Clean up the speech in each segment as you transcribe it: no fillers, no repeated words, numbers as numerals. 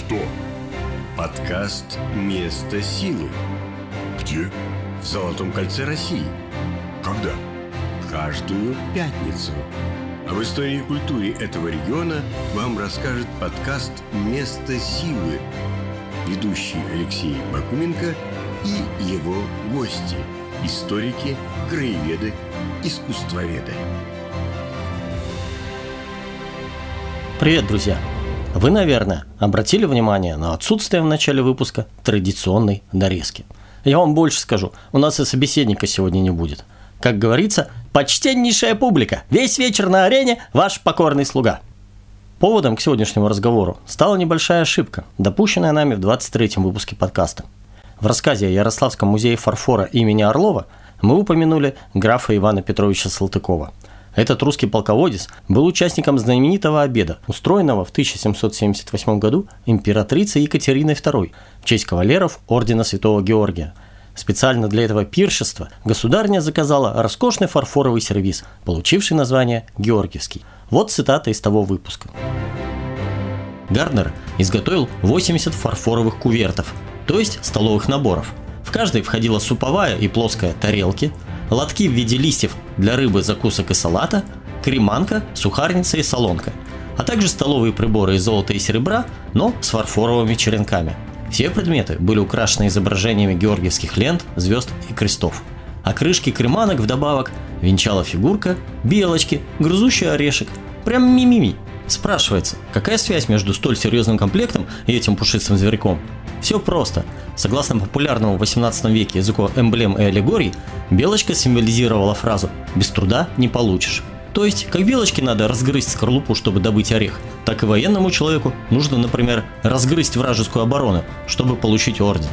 что? Подкаст «Место силы». Где? В Золотом кольце России. Когда? Каждую пятницу. Об истории и культуре этого региона вам расскажет подкаст «Место силы». Ведущий Алексей Бакуменко и его гости – историки, краеведы, искусствоведы. Привет, друзья! Вы, наверное, обратили внимание на отсутствие в начале выпуска традиционной нарезки. Я вам больше скажу, у нас и собеседника сегодня не будет. Как говорится, почтеннейшая публика, весь вечер на арене ваш покорный слуга. Поводом к сегодняшнему разговору стала небольшая ошибка, допущенная нами в 23-м выпуске подкаста. В рассказе о Ярославском музее фарфора имени Орлова мы упомянули графа Ивана Петровича Салтыкова. Этот русский полководец был участником знаменитого обеда, устроенного в 1778 году императрицей Екатериной II в честь кавалеров ордена Святого Георгия. Специально для этого пиршества государыня заказала роскошный фарфоровый сервиз, получивший название «Георгиевский». Вот цитата из того выпуска. Гарднер изготовил 80 фарфоровых кувертов, то есть столовых наборов. В каждой входила суповая и плоская тарелки, лотки в виде листьев для рыбы, закусок и салата, креманка, сухарница и солонка, а также столовые приборы из золота и серебра, но с фарфоровыми черенками. Все предметы были украшены изображениями георгиевских лент, звезд и крестов. А крышки креманок вдобавок венчала фигурка белочки, грызущая орешек. Прям мимими. Спрашивается, какая связь между столь серьезным комплектом и этим пушистым зверьком? Все просто. Согласно популярному в 18 веке языку эмблем и аллегорий, белочка символизировала фразу «без труда не получишь». То есть, как белочке надо разгрызть скорлупу, чтобы добыть орех, так и военному человеку нужно, например, разгрызть вражескую оборону, чтобы получить орден.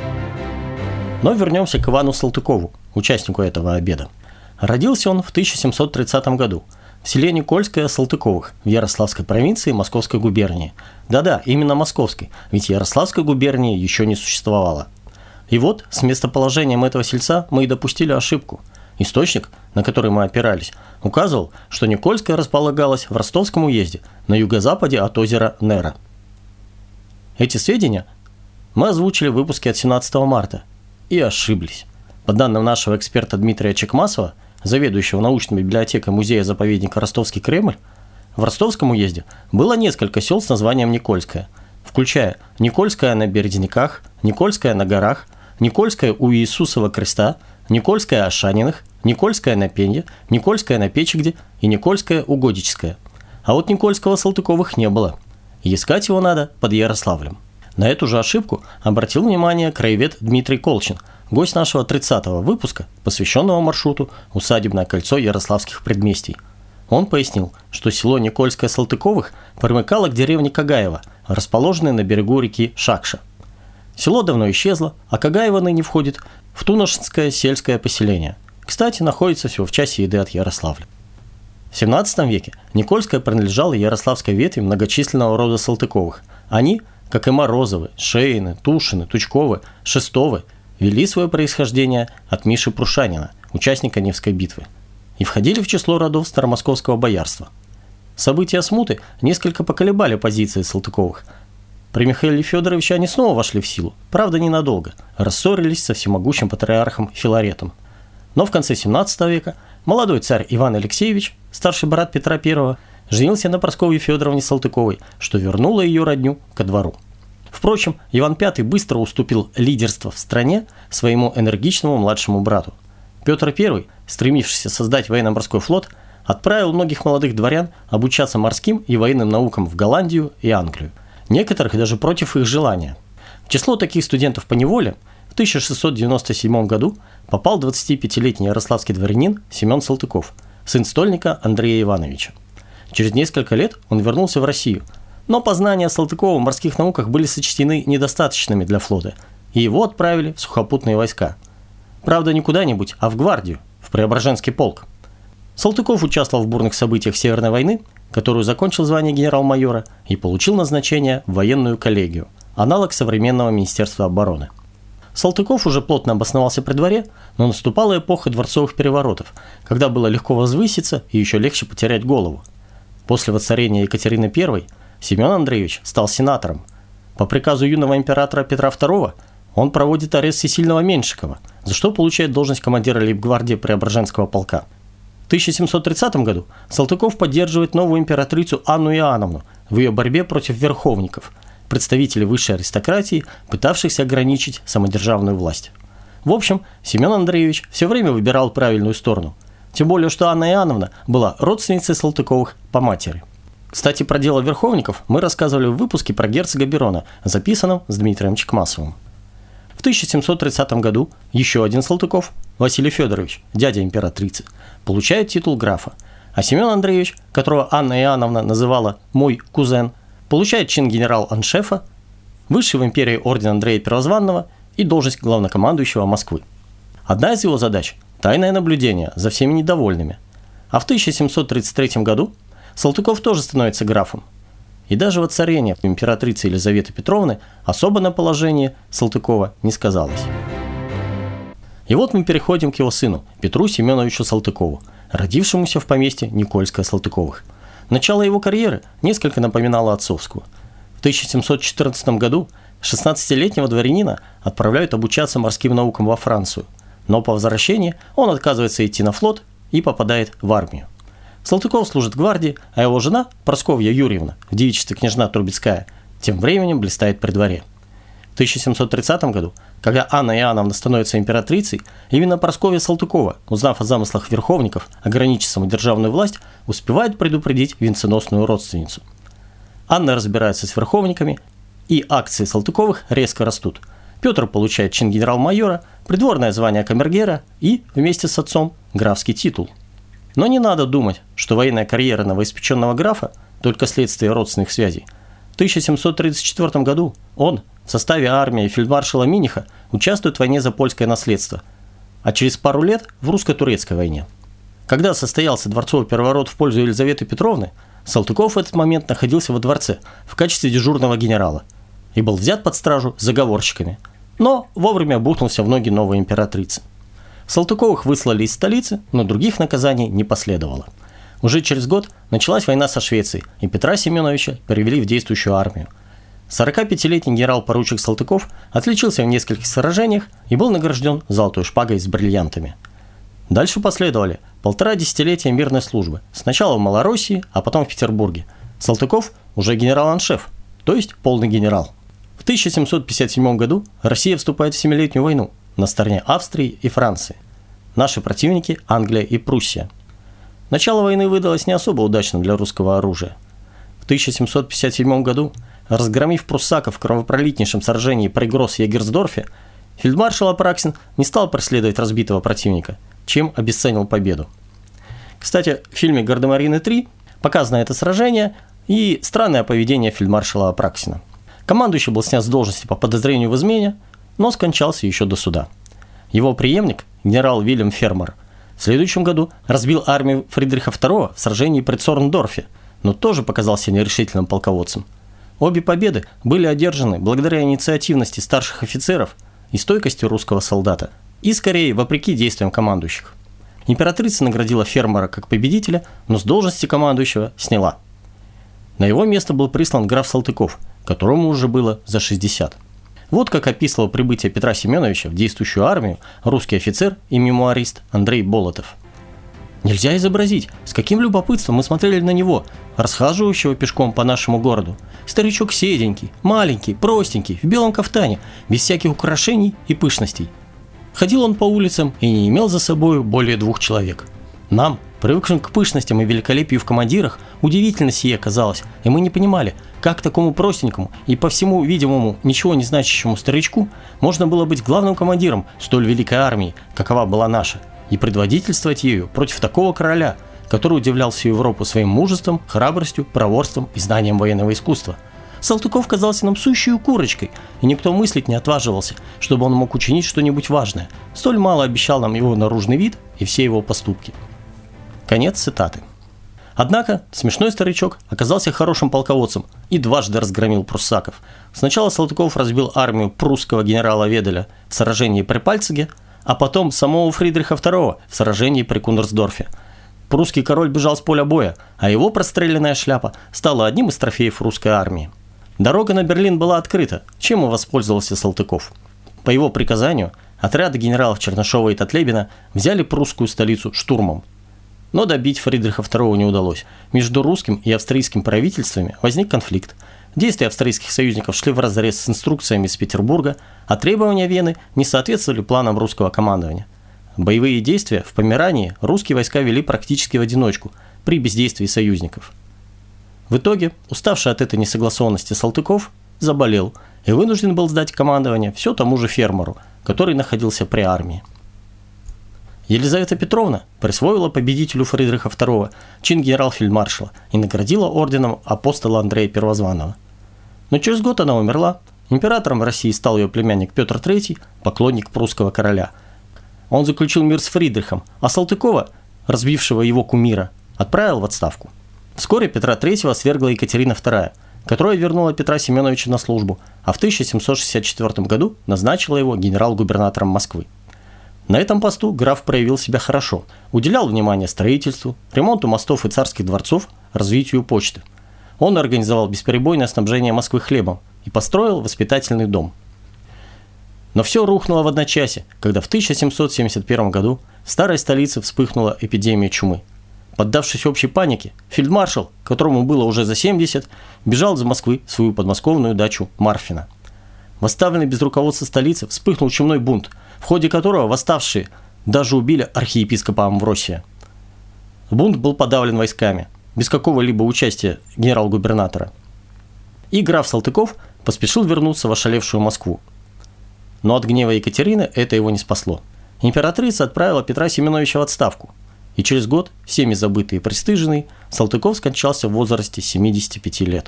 Но вернемся к Ивану Салтыкову, участнику этого обеда. Родился он в 1730 году в селе Никольское Салтыковых в Ярославской провинции Московской губернии. Да-да, именно Московской, ведь Ярославской губернии еще не существовало. И вот с местоположением этого сельца мы и допустили ошибку. Источник, на который мы опирались, указывал, что Никольское располагалось в Ростовском уезде, на юго-западе от озера Нера. Эти сведения мы озвучили в выпуске от 17 марта и ошиблись. По данным нашего эксперта Дмитрия Чекмасова, заведующего научной библиотекой музея-заповедника Ростовский Кремль, в Ростовском уезде было несколько сел с названием Никольское, включая Никольское на Березняках, Никольское на горах, Никольское у Иисусова креста, Никольское Ашаниных, Никольское на Пенье, Никольское на Печегде и Никольское у Годическое. А вот Никольского Салтыковых не было. И искать его надо под Ярославлем. На эту же ошибку обратил внимание краевед Дмитрий Колчин, гость нашего 30-го выпуска, посвященного маршруту «Усадебное кольцо Ярославских предместий». Он пояснил, что село Никольское Салтыковых примыкало к деревне Кагаево, расположенной на берегу реки Шакша. Село давно исчезло, а Кагаево ныне входит в Туношинское сельское поселение. Кстати, находится всего в часе езды от Ярославля. В 17 веке Никольское принадлежало ярославской ветви многочисленного рода Салтыковых. Они, как и Морозовы, Шеины, Тушины, Тучковы, Шестовы, вели свое происхождение от Миши Прушанина, участника Невской битвы, и входили в число родов старомосковского боярства. События смуты несколько поколебали позиции Салтыковых. При Михаиле Федоровиче они снова вошли в силу, правда ненадолго, рассорились со всемогущим патриархом Филаретом. Но в конце 17 века молодой царь Иван Алексеевич, старший брат Петра I, женился на Прасковье Федоровне Салтыковой, что вернуло ее родню ко двору. Впрочем, Иван V быстро уступил лидерство в стране своему энергичному младшему брату. Петр I, стремившийся создать военно-морской флот, отправил многих молодых дворян обучаться морским и военным наукам в Голландию и Англию, некоторых даже против их желания. В число таких студентов по неволе в 1697 году попал 25-летний ярославский дворянин Семен Салтыков, сын стольника Андрея Ивановича. Через несколько лет он вернулся в Россию, но познания Салтыкова в морских науках были сочтены недостаточными для флота, и его отправили в сухопутные войска. Правда, не куда-нибудь, а в гвардию, в Преображенский полк. Салтыков участвовал в бурных событиях Северной войны, которую закончил звание генерал-майора и получил назначение в военную коллегию, аналог современного Министерства обороны. Салтыков уже плотно обосновался при дворе, но наступала эпоха дворцовых переворотов, когда было легко возвыситься и еще легче потерять голову. После воцарения Екатерины I Семен Андреевич стал сенатором. По приказу юного императора Петра II он проводит арест всесильного Меньшикова, за что получает должность командира лейб-гвардии Преображенского полка. В 1730 году Салтыков поддерживает новую императрицу Анну Иоанновну в ее борьбе против верховников, представителей высшей аристократии, пытавшихся ограничить самодержавную власть. В общем, Семен Андреевич все время выбирал правильную сторону, тем более, что Анна Иоанновна была родственницей Салтыковых по матери. Кстати, про дело верховников мы рассказывали в выпуске про герцога Берона, записанном с Дмитрием Чекмасовым. В 1730 году еще один Салтыков, Василий Федорович, дядя императрицы, получает титул графа, а Семен Андреевич, которого Анна Иоанновна называла «мой кузен», получает чин генерал-аншефа, высший в империи орден Андрея Первозванного и должность главнокомандующего Москвы. Одна из его задач – тайное наблюдение за всеми недовольными. А в 1733 году Салтыков тоже становится графом. И даже воцарение императрицы Елизаветы Петровны особо на положение Салтыкова не сказалось. И вот мы переходим к его сыну, Петру Семеновичу Салтыкову, родившемуся в поместье Никольское-Салтыковых. Начало его карьеры несколько напоминало отцовскую. В 1714 году 16-летнего дворянина отправляют обучаться морским наукам во Францию, но по возвращении он отказывается идти на флот и попадает в армию. Салтыков служит в гвардии, а его жена, Прасковья Юрьевна, в девичестве княжна Трубецкая, тем временем блистает при дворе. В 1730 году, когда Анна Иоанновна становится императрицей, именно Прасковья Салтыкова, узнав о замыслах верховников ограничить самодержавную власть, успевает предупредить венценосную родственницу. Анна разбирается с верховниками, и акции Салтыковых резко растут. Петр получает чин генерал-майора, придворное звание камергера и, вместе с отцом, графский титул. Но не надо думать, что военная карьера новоиспеченного графа – только следствие родственных связей. В 1734 году он в составе армии фельдмаршала Миниха участвует в войне за польское наследство, а через пару лет в русско-турецкой войне. Когда состоялся дворцовый переворот в пользу Елизаветы Петровны, Салтыков в этот момент находился во дворце в качестве дежурного генерала и был взят под стражу заговорщиками, но вовремя бухнулся в ноги новой императрицы. Салтыковых выслали из столицы, но других наказаний не последовало. Уже через год началась война со Швецией, и Петра Семеновича перевели в действующую армию. 45-летний генерал-поручик Салтыков отличился в нескольких сражениях и был награжден золотой шпагой с бриллиантами. Дальше последовали 1,5 десятилетия мирной службы, сначала в Малороссии, а потом в Петербурге. Салтыков уже генерал-аншеф, то есть полный генерал. В 1757 году Россия вступает в Семилетнюю войну на стороне Австрии и Франции. Наши противники – Англия и Пруссия. Начало войны выдалось не особо удачным для русского оружия. В 1757 году, разгромив пруссаков в кровопролитнейшем сражении при Гросс-Егерсдорфе, фельдмаршал Апраксин не стал преследовать разбитого противника, чем обесценил победу. Кстати, в фильме «Гардемарины 3» показано это сражение и странное поведение фельдмаршала Апраксина. Командующий был снят с должности по подозрению в измене, но скончался еще до суда. Его преемник, генерал Вильям Фермер, в следующем году разбил армию Фридриха II в сражении при Цорндорфе, но тоже показался нерешительным полководцем. Обе победы были одержаны благодаря инициативности старших офицеров и стойкости русского солдата, и скорее вопреки действиям командующих. Императрица наградила Фермера как победителя, но с должности командующего сняла. На его место был прислан граф Салтыков, которому уже было за 60. Вот как описывал прибытие Петра Семеновича в действующую армию русский офицер и мемуарист Андрей Болотов. Нельзя изобразить, с каким любопытством мы смотрели на него, расхаживающего пешком по нашему городу. Старичок седенький, маленький, простенький, в белом кафтане, без всяких украшений и пышностей. Ходил он по улицам и не имел за собой более 2 человек. Нам, привыкшим к пышностям и великолепию в командирах, удивительно сие казалось, и мы не понимали, как такому простенькому и по всему видимому ничего не значащему старичку можно было быть главным командиром столь великой армии, какова была наша, и предводительствовать ею против такого короля, который удивлял всю Европу своим мужеством, храбростью, проворством и знанием военного искусства. Салтыков казался нам сущей курочкой, и никто мыслить не отваживался, чтобы он мог учинить что-нибудь важное. Столь мало обещал нам его наружный вид и все его поступки. Конец цитаты. Однако смешной старичок оказался хорошим полководцем и дважды разгромил пруссаков. Сначала Салтыков разбил армию прусского генерала Веделя в сражении при Пальцеге, а потом самого Фридриха II в сражении при Кунерсдорфе. Прусский король бежал с поля боя, а его простреленная шляпа стала одним из трофеев русской армии. Дорога на Берлин была открыта, чем и воспользовался Салтыков. По его приказанию отряды генералов Чернышова и Татлебина взяли прусскую столицу штурмом. Но добить Фридриха II не удалось. Между русским и австрийским правительствами возник конфликт. Действия австрийских союзников шли вразрез с инструкциями из Петербурга, а требования Вены не соответствовали планам русского командования. Боевые действия в Померании русские войска вели практически в одиночку, при бездействии союзников. В итоге, уставший от этой несогласованности Салтыков заболел и вынужден был сдать командование все тому же фермеру, который находился при армии. Елизавета Петровна присвоила победителю Фридриха II чин генерал-фельдмаршала и наградила орденом апостола Андрея Первозванного. Но через год она умерла. Императором в России стал ее племянник Петр III, поклонник прусского короля. Он заключил мир с Фридрихом, а Салтыкова, разбившего его кумира, отправил в отставку. Вскоре Петра III свергла Екатерина II, которая вернула Петра Семеновича на службу, а в 1764 году назначила его генерал-губернатором Москвы. На этом посту граф проявил себя хорошо, уделял внимание строительству, ремонту мостов и царских дворцов, развитию почты. Он организовал бесперебойное снабжение Москвы хлебом и построил воспитательный дом. Но все рухнуло в одночасье, когда в 1771 году в старой столице вспыхнула эпидемия чумы. Поддавшись общей панике, фельдмаршал, которому было уже за 70, бежал из Москвы в свою подмосковную дачу Марфино. В оставленной без руководства столице вспыхнул чумной бунт, в ходе которого восставшие даже убили архиепископа Амвросия. Бунт был подавлен войсками, без какого-либо участия генерал-губернатора. И граф Салтыков поспешил вернуться в ошалевшую Москву. Но от гнева Екатерины это его не спасло. Императрица отправила Петра Семеновича в отставку, и через год, всеми забытый и пристыженный, Салтыков скончался в возрасте 75 лет.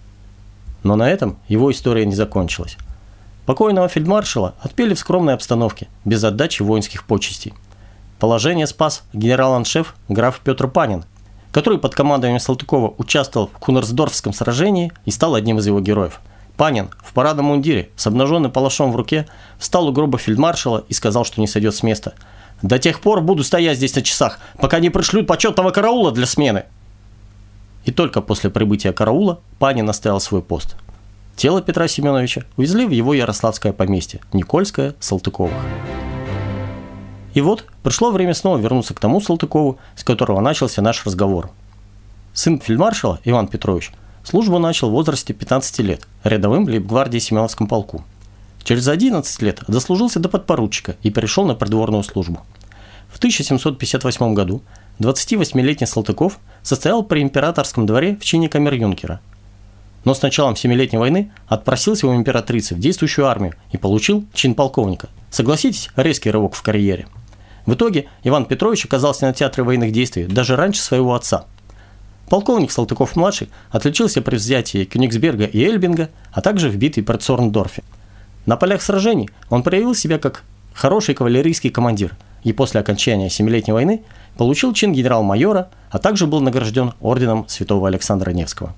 Но на этом его история не закончилась. Покойного фельдмаршала отпели в скромной обстановке, без отдачи воинских почестей. Положение спас генерал-аншеф граф Петр Панин, который под командованием Салтыкова участвовал в Кунерсдорфском сражении и стал одним из его героев. Панин в парадном мундире с обнаженным палашом в руке встал у гроба фельдмаршала и сказал, что не сойдет с места. «До тех пор буду стоять здесь на часах, пока не пришлют почетного караула для смены». И только после прибытия караула Панин оставил свой пост. Тело Петра Семеновича увезли в его ярославское поместье, Никольское, Салтыковых. И вот пришло время снова вернуться к тому Салтыкову, с которого начался наш разговор. Сын фельдмаршала Иван Петрович службу начал в возрасте 15 лет, рядовым в лейб-гвардии Семеновском полку. Через 11 лет дослужился до подпоручика и перешел на придворную службу. В 1758 году 28-летний Салтыков состоял при императорском дворе в чине камер-юнкера. Но с началом Семилетней войны отпросился у императрицы в действующую армию и получил чин полковника. Согласитесь, резкий рывок в карьере. В итоге Иван Петрович оказался на театре военных действий даже раньше своего отца. Полковник Салтыков-младший отличился при взятии Кёнигсберга и Эльбинга, а также в битве при Цорндорфе. На полях сражений он проявил себя как хороший кавалерийский командир и после окончания Семилетней войны получил чин генерал-майора, а также был награжден орденом святого Александра Невского.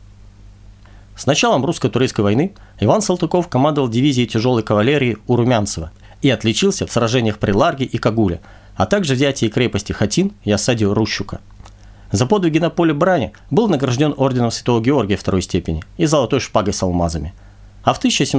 С началом русско-турецкой войны Иван Салтыков командовал дивизией тяжелой кавалерии у Румянцева и отличился в сражениях при Ларге и Кагуле, а также взятии крепости Хатин и осаде Рущука. За подвиги на поле брани был награжден орденом святого Георгия второй степени и золотой шпагой с алмазами. А в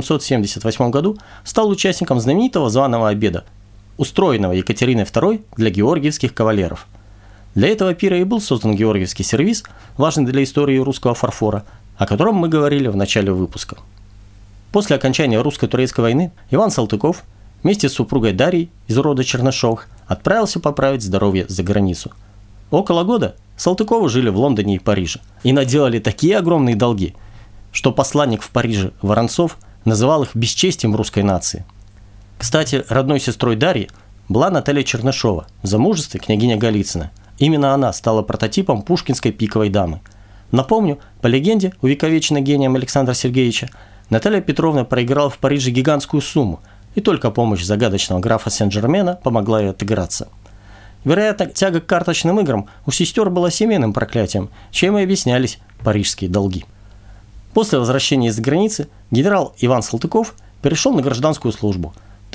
1778 году стал участником знаменитого званого обеда, устроенного Екатериной II для георгиевских кавалеров. Для этого пира и был создан георгиевский сервиз, важный для истории русского фарфора, о котором мы говорили в начале выпуска. После окончания русско-турецкой войны Иван Салтыков вместе с супругой Дарьей из рода Чернышовых отправился поправить здоровье за границу. Около года Салтыковы жили в Лондоне и Париже и наделали такие огромные долги, что посланник в Париже Воронцов называл их бесчестием русской нации. Кстати, родной сестрой Дарьи была Наталья Чернышова, в замужестве княгиня Голицына. Именно она стала прототипом пушкинской пиковой дамы. Напомню, по легенде, увековеченной гением Александра Сергеевича, Наталья Петровна проиграла в Париже гигантскую сумму, и только помощь загадочного графа Сен-Жермена помогла ей отыграться. Вероятно, тяга к карточным играм у сестер была семейным проклятием, чем и объяснялись парижские долги. После возвращения из-за границы генерал Иван Салтыков перешел на гражданскую службу. В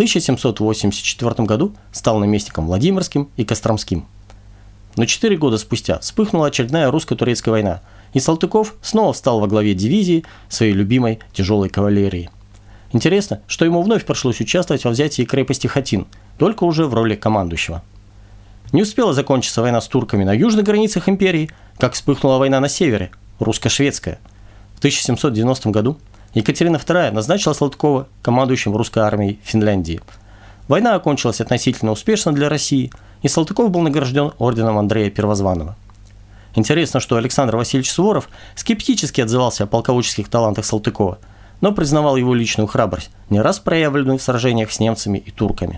1784 году стал наместником Владимирским и Костромским. Но 4 года спустя вспыхнула очередная русско-турецкая война, и Салтыков снова встал во главе дивизии своей любимой тяжелой кавалерии. Интересно, что ему вновь пришлось участвовать во взятии крепости Хатин, только уже в роли командующего. Не успела закончиться война с турками на южных границах империи, как вспыхнула война на севере, русско-шведская. В 1790 году Екатерина II назначила Салтыкова командующим русской армией Финляндии. Война окончилась относительно успешно для России, и Салтыков был награжден орденом Андрея Первозванного. Интересно, что Александр Васильевич Суворов скептически отзывался о полководческих талантах Салтыкова, но признавал его личную храбрость, не раз проявленную в сражениях с немцами и турками.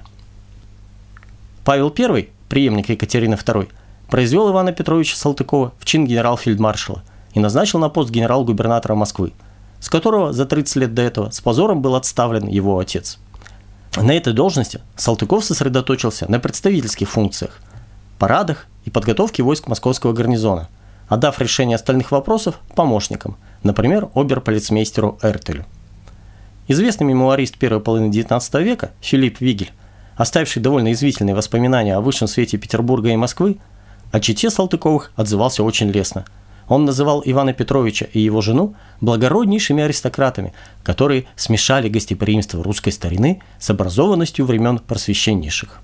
Павел I, преемник Екатерины II, произвел Ивана Петровича Салтыкова в чин генерал-фельдмаршала и назначил на пост генерал-губернатора Москвы, с которого за 30 лет до этого с позором был отставлен его отец. На этой должности Салтыков сосредоточился на представительских функциях, парадах и подготовке войск московского гарнизона, отдав решение остальных вопросов помощникам, например, обер-полицмейстеру Эртелю. Известный мемуарист первой половины XIX века Филипп Вигель, оставивший довольно извительные воспоминания о высшем свете Петербурга и Москвы, о чете Салтыковых отзывался очень лестно. Он называл Ивана Петровича и его жену благороднейшими аристократами, которые смешали гостеприимство русской старины с образованностью времен просвещеннейших.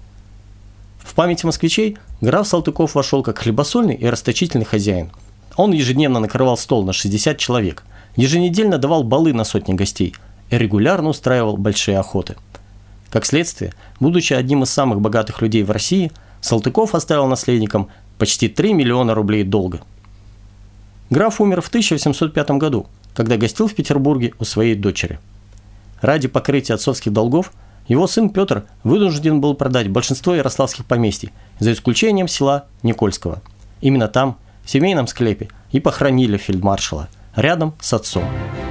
В памяти москвичей граф Салтыков вошел как хлебосольный и расточительный хозяин. Он ежедневно накрывал стол на 60 человек, еженедельно давал балы на сотни гостей и регулярно устраивал большие охоты. Как следствие, будучи одним из самых богатых людей в России, Салтыков оставил наследникам почти 3 миллиона рублей долга. Граф умер в 1805 году, когда гостил в Петербурге у своей дочери. Ради покрытия отцовских долгов его сын Петр вынужден был продать большинство ярославских поместий, за исключением села Никольского. Именно там, в семейном склепе, и похоронили фельдмаршала, рядом с отцом.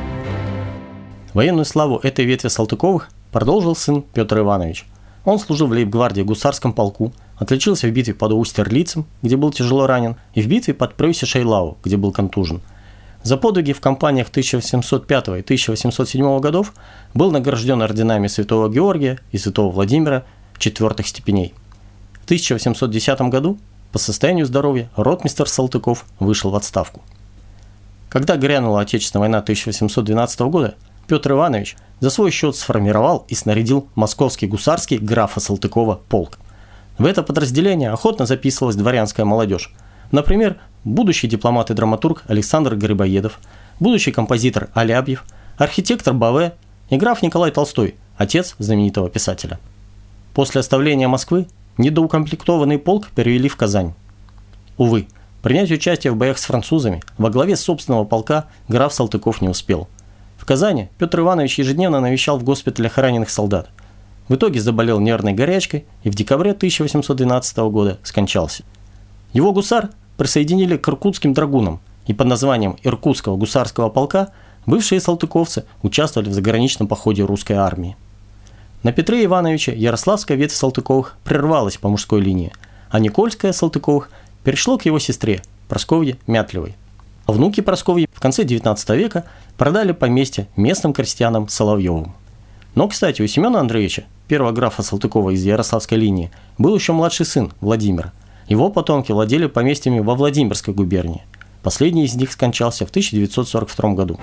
Военную славу этой ветви Салтыковых продолжил сын Петр Иванович. Он служил в лейб-гвардии гусарском полку, отличился в битве под Устерлицем, где был тяжело ранен, и в битве под Прeusse-Шейлау, где был контужен. За подвиги в кампаниях 1805 и 1807 годов был награжден орденами Святого Георгия и Святого Владимира 4 степеней. В 1810 году по состоянию здоровья ротмистр Салтыков вышел в отставку. Когда грянула Отечественная война 1812 года, Петр Иванович за свой счет сформировал и снарядил московский гусарский графа Салтыкова полк. В это подразделение охотно записывалась дворянская молодежь. Например, будущий дипломат и драматург Александр Грибоедов, будущий композитор Алябьев, архитектор Баве и граф Николай Толстой, отец знаменитого писателя. После оставления Москвы недоукомплектованный полк перевели в Казань. Увы, принять участие в боях с французами во главе собственного полка граф Салтыков не успел. В Казани Петр Иванович ежедневно навещал в госпиталях раненых солдат. В итоге заболел нервной горячкой и в декабре 1812 года скончался. Его гусар присоединили к иркутским драгунам, и под названием Иркутского гусарского полка бывшие салтыковцы участвовали в заграничном походе русской армии. На Петре Ивановиче ярославская ветвь Салтыковых прервалась по мужской линии, а Никольское Салтыковых перешло к его сестре Прасковье Мятлевой. Внуки Прасковьи в конце XIX века продали поместье местным крестьянам Соловьевым. Но, кстати, у Семена Андреевича, первого графа Салтыкова из ярославской линии, был еще младший сын Владимир. Его потомки владели поместьями во Владимирской губернии. Последний из них скончался в 1942 году.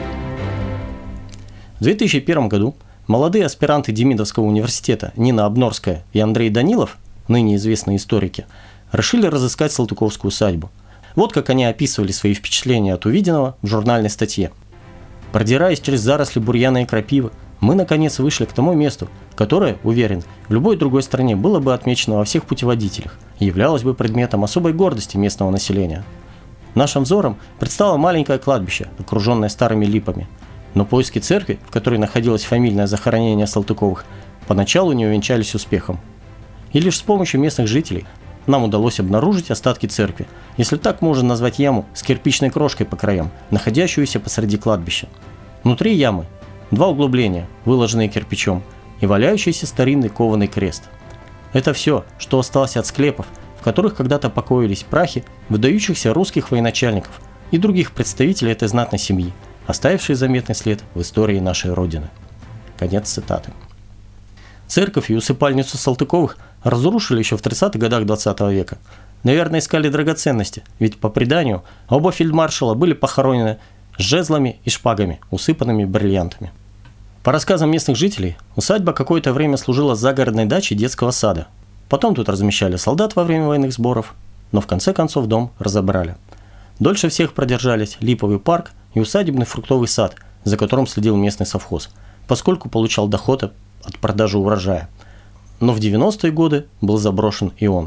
В 2001 году молодые аспиранты Демидовского университета Нина Обнорская и Андрей Данилов, ныне известные историки, решили разыскать Салтыковскую усадьбу. Вот как они описывали свои впечатления от увиденного в журнальной статье. Продираясь через заросли бурьяна и крапивы, мы наконец вышли к тому месту, которое, уверен, в любой другой стране было бы отмечено во всех путеводителях и являлось бы предметом особой гордости местного населения. Нашим взором предстало маленькое кладбище, окруженное старыми липами. Но поиски церкви, в которой находилось фамильное захоронение Салтыковых, поначалу не увенчались успехом. И лишь с помощью местных жителей нам удалось обнаружить остатки церкви, если так можно назвать яму с кирпичной крошкой по краям, находящуюся посреди кладбища. Внутри ямы 2 углубления, выложенные кирпичом, и валяющийся старинный кованый крест. Это все, что осталось от склепов, в которых когда-то покоились прахи выдающихся русских военачальников и других представителей этой знатной семьи, оставившие заметный след в истории нашей Родины. Конец цитаты. Церковь и усыпальницу Салтыковых разрушили еще в 30-х годах 20 века. Наверное, искали драгоценности, ведь по преданию оба фельдмаршала были похоронены с жезлами и шпагами, усыпанными бриллиантами. По рассказам местных жителей, усадьба какое-то время служила загородной дачей детского сада. Потом тут размещали солдат во время военных сборов, но в конце концов дом разобрали. Дольше всех продержались Липовый парк и усадебный фруктовый сад, за которым следил местный совхоз, поскольку получал доход от продажи урожая. Но в 90-е годы был заброшен и он.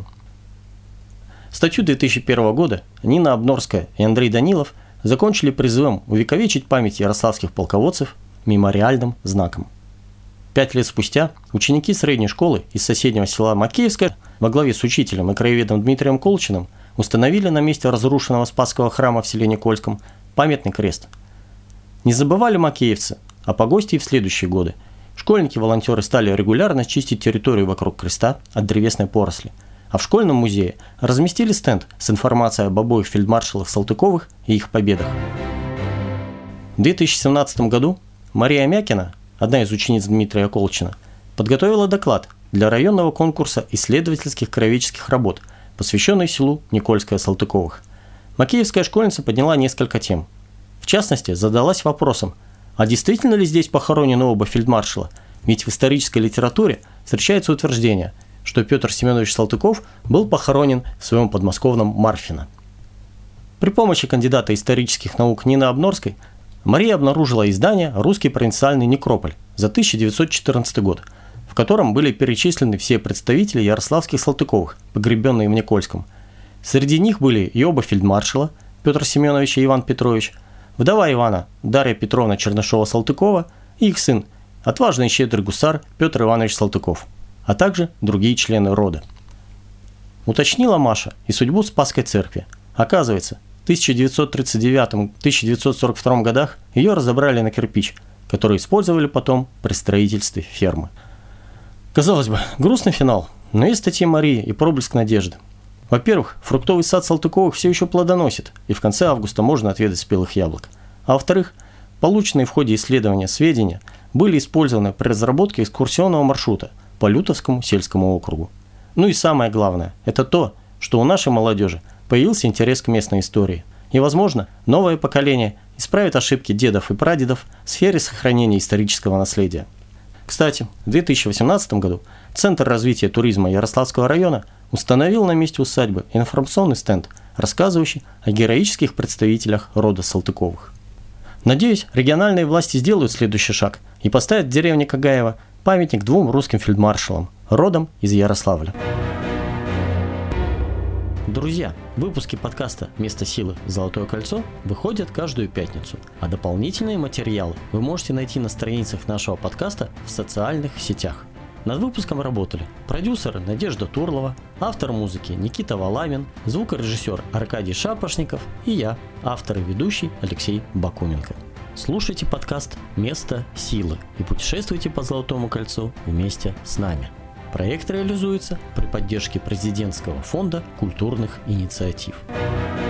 Статью 2001 года Нина Обнорская и Андрей Данилов закончили призывом увековечить память ярославских полководцев мемориальным знаком. 5 лет спустя ученики средней школы из соседнего села Макеевское во главе с учителем и краеведом Дмитрием Колчиным установили на месте разрушенного Спасского храма в селе Никольском памятный крест. Не забывали макеевцы о погосте и в следующие годы. Школьники-волонтеры стали регулярно чистить территорию вокруг креста от древесной поросли, а в школьном музее разместили стенд с информацией об обоих фельдмаршалах Салтыковых и их победах. В 2017 году Мария Мякина, одна из учениц Дмитрия Колчина, подготовила доклад для районного конкурса исследовательских краеведческих работ, посвященный селу Никольское-Салтыковых. Макеевская школьница подняла несколько тем. В частности, задалась вопросом, а действительно ли здесь похоронены оба фельдмаршала? Ведь в исторической литературе встречается утверждение, что Петр Семенович Салтыков был похоронен в своем подмосковном Марфино. При помощи кандидата исторических наук Нины Обнорской Мария обнаружила издание «Русский провинциальный некрополь» за 1914 год, в котором были перечислены все представители ярославских Салтыковых, погребенные в Никольском. Среди них были и оба фельдмаршала, Петр Семенович и Иван Петрович, вдова Ивана Дарья Петровна Чернышова-Салтыкова и их сын, отважный и щедрый гусар Петр Иванович Салтыков, а также другие члены рода. Уточнила Маша и судьбу Спасской церкви. Оказывается, в 1939-1942 годах ее разобрали на кирпич, который использовали потом при строительстве фермы. Казалось бы, грустный финал, но есть статьи Марии и проблеск надежды. Во-первых, фруктовый сад Салтыковых все еще плодоносит, и в конце августа можно отведать спелых яблок. А во-вторых, полученные в ходе исследования сведения были использованы при разработке экскурсионного маршрута по Лютовскому сельскому округу. Ну и самое главное, это то, что у нашей молодежи появился интерес к местной истории. И, возможно, новое поколение исправит ошибки дедов и прадедов в сфере сохранения исторического наследия. Кстати, в 2018 году Центр развития туризма Ярославского района установил на месте усадьбы информационный стенд, рассказывающий о героических представителях рода Салтыковых. Надеюсь, региональные власти сделают следующий шаг и поставят в деревне Кагаево памятник двум русским фельдмаршалам, родом из Ярославля. Друзья, выпуски подкаста «Место силы. Золотое кольцо» выходят каждую пятницу, а дополнительные материалы вы можете найти на страницах нашего подкаста в социальных сетях. Над выпуском работали продюсеры Надежда Турлова, автор музыки Никита Валамин, звукорежиссер Аркадий Шапошников и я, автор и ведущий Алексей Бакуменко. Слушайте подкаст «Место силы» и путешествуйте по Золотому кольцу вместе с нами. Проект реализуется при поддержке Президентского фонда культурных инициатив.